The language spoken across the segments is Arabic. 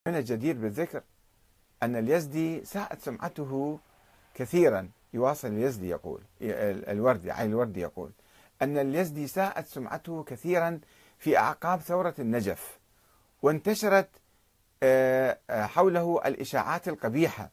من الجدير بالذكر أن اليزدي ساءت سمعته كثيرا. يواصل اليزدي يقول الوردي علي الوردي يقول أن اليزدي ساءت سمعته كثيرا في أعقاب ثورة النجف، وانتشرت حوله الإشاعات القبيحة،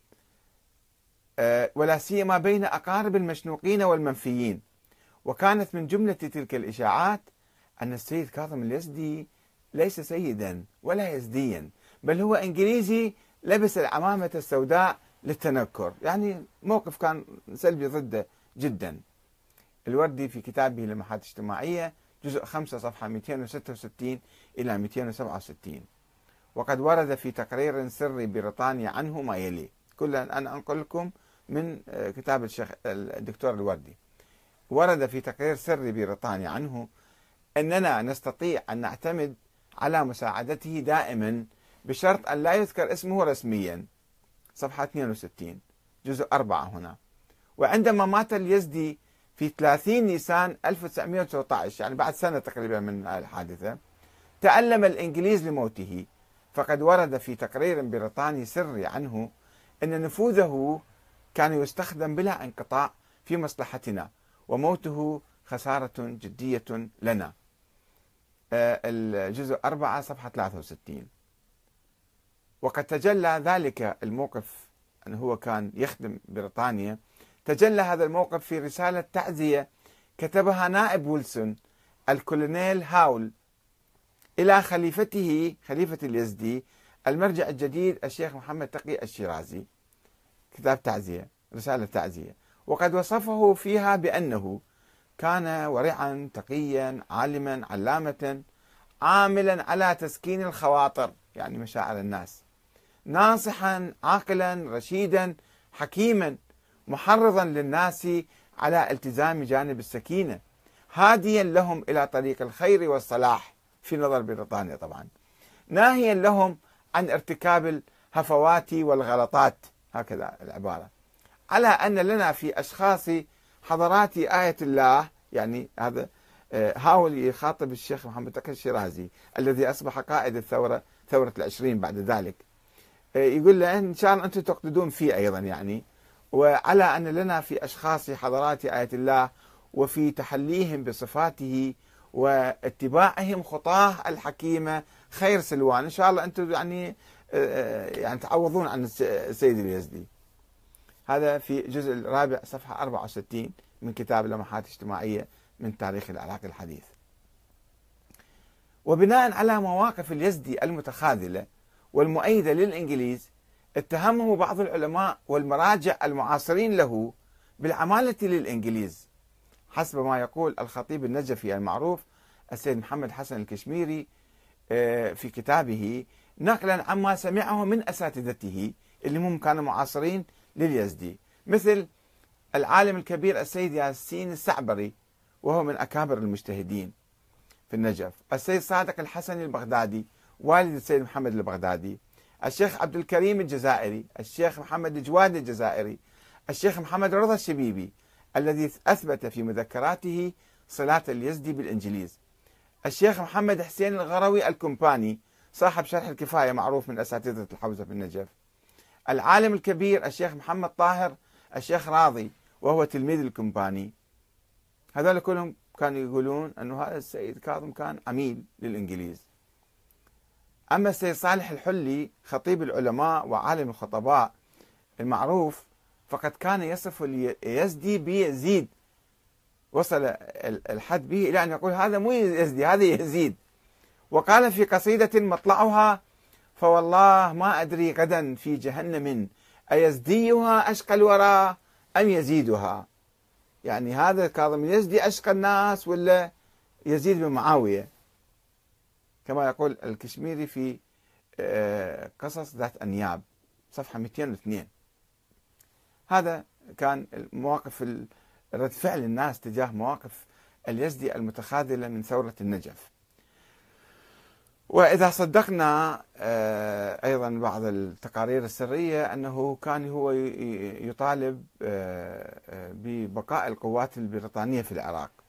ولا سيما بين أقارب المشنوقين والمنفيين. وكانت من جملة تلك الإشاعات أن السيد كاظم اليزدي ليس سيدا ولا يزديا، بل هو إنجليزي لبس العمامة السوداء للتنكر. يعني موقف كان سلبي ضده جدا. الوردي في كتابه لمحات اجتماعية جزء 5 صفحة 266 إلى 267. وقد ورد في تقرير سري بريطانيا عنه ما يلي، كلا أنا أنقل لكم من كتاب الشيخ الدكتور الوردي. ورد في تقرير سري بريطانيا عنه أننا نستطيع أن نعتمد على مساعدته دائما بشرط أن لا يذكر اسمه رسميا، صفحة 62 جزء 4 هنا. وعندما مات اليزدي في 30 نيسان 1919، يعني بعد سنة تقريبا من الحادثة، تألم الإنجليز لموته. فقد ورد في تقرير بريطاني سري عنه أن نفوذه كان يستخدم بلا انقطاع في مصلحتنا، وموته خسارة جدية لنا. الجزء 4 صفحة 63. وقد تجلى ذلك الموقف، أنه هو كان يخدم بريطانيا، تجلى هذا الموقف في رسالة تعزية كتبها نائب ويلسون الكولونيل هاول إلى خليفته خليفة اليزدي المرجع الجديد الشيخ محمد تقي الشيرازي. كتاب تعزية، رسالة تعزية. وقد وصفه فيها بأنه كان ورعا تقيا عالما علامة عاملا على تسكين الخواطر، يعني مشاعر الناس، ناصحا عاقلا رشيدا حكيما محرضا للناس على التزام جانب السكينة، هاديا لهم إلى طريق الخير والصلاح في نظر بريطانيا طبعا، ناهيا لهم عن ارتكاب الهفوات والغلطات، هكذا العبارة، على أن لنا في أشخاص حضرات آية الله. يعني هذا هاول يخاطب الشيخ محمد تقي الشيرازي الذي أصبح قائد الثورة، ثورة العشرين بعد ذلك. يقول له إن شاء الله أنتم تقتدون فيه أيضا، يعني وعلى أن لنا في أشخاص حضرات آية الله وفي تحليهم بصفاته واتباعهم خطاه الحكيمة خير سلوان. إن شاء الله أنتم يعني تعوضون عن السيد اليزدي. هذا في الجزء الرابع صفحة 64 من كتاب لمحات اجتماعية من تاريخ العراق الحديث. وبناء على مواقف اليزدي المتخاذلة والمؤيدة للإنجليز، اتهمه بعض العلماء والمراجع المعاصرين له بالعمالة للإنجليز، حسب ما يقول الخطيب النجفي المعروف السيد محمد حسن الكشميري في كتابه، نقلا عما سمعه من أساتذته اللي هم كانوا معاصرين لليزدي، مثل العالم الكبير السيد ياسين السعبري، وهو من أكابر المجتهدين في النجف، السيد صادق الحسني البغدادي والد السيد محمد البغدادي، الشيخ عبد الكريم الجزائري، الشيخ محمد الجواد الجزائري، الشيخ محمد رضا الشبيبي الذي أثبت في مذكراته صلات اليزدي بالإنجليز، الشيخ محمد حسين الغروي الكمباني صاحب شرح الكفاية معروف من أساتذة الحوزة في النجف، العالم الكبير الشيخ محمد طاهر الشيخ راضي وهو تلميذ الكمباني. هذول كلهم كانوا يقولون أنه هذا السيد كاظم كان عميل للإنجليز. أما السيد صالح الحلي خطيب العلماء وعالم الخطباء المعروف، فقد كان يصف اليزدي بيزيد، وصل الحد به إلى أن يقول هذا مو يزدي هذا يزيد. وقال في قصيدة مطلعها: فوالله ما أدري غدا في جهنم أيزديها أشقى الورى أم يزيدها. يعني هذا كاظم اليزدي أشقى الناس ولا يزيد بن معاوية، كما يقول الكشميري في قصص ذات أنياب صفحة 202. هذا كان مواقف رد فعل الناس تجاه مواقف اليزدي المتخاذلة من ثورة النجف. وإذا صدقنا أيضا بعض التقارير السرية أنه كان هو يطالب ببقاء القوات البريطانية في العراق،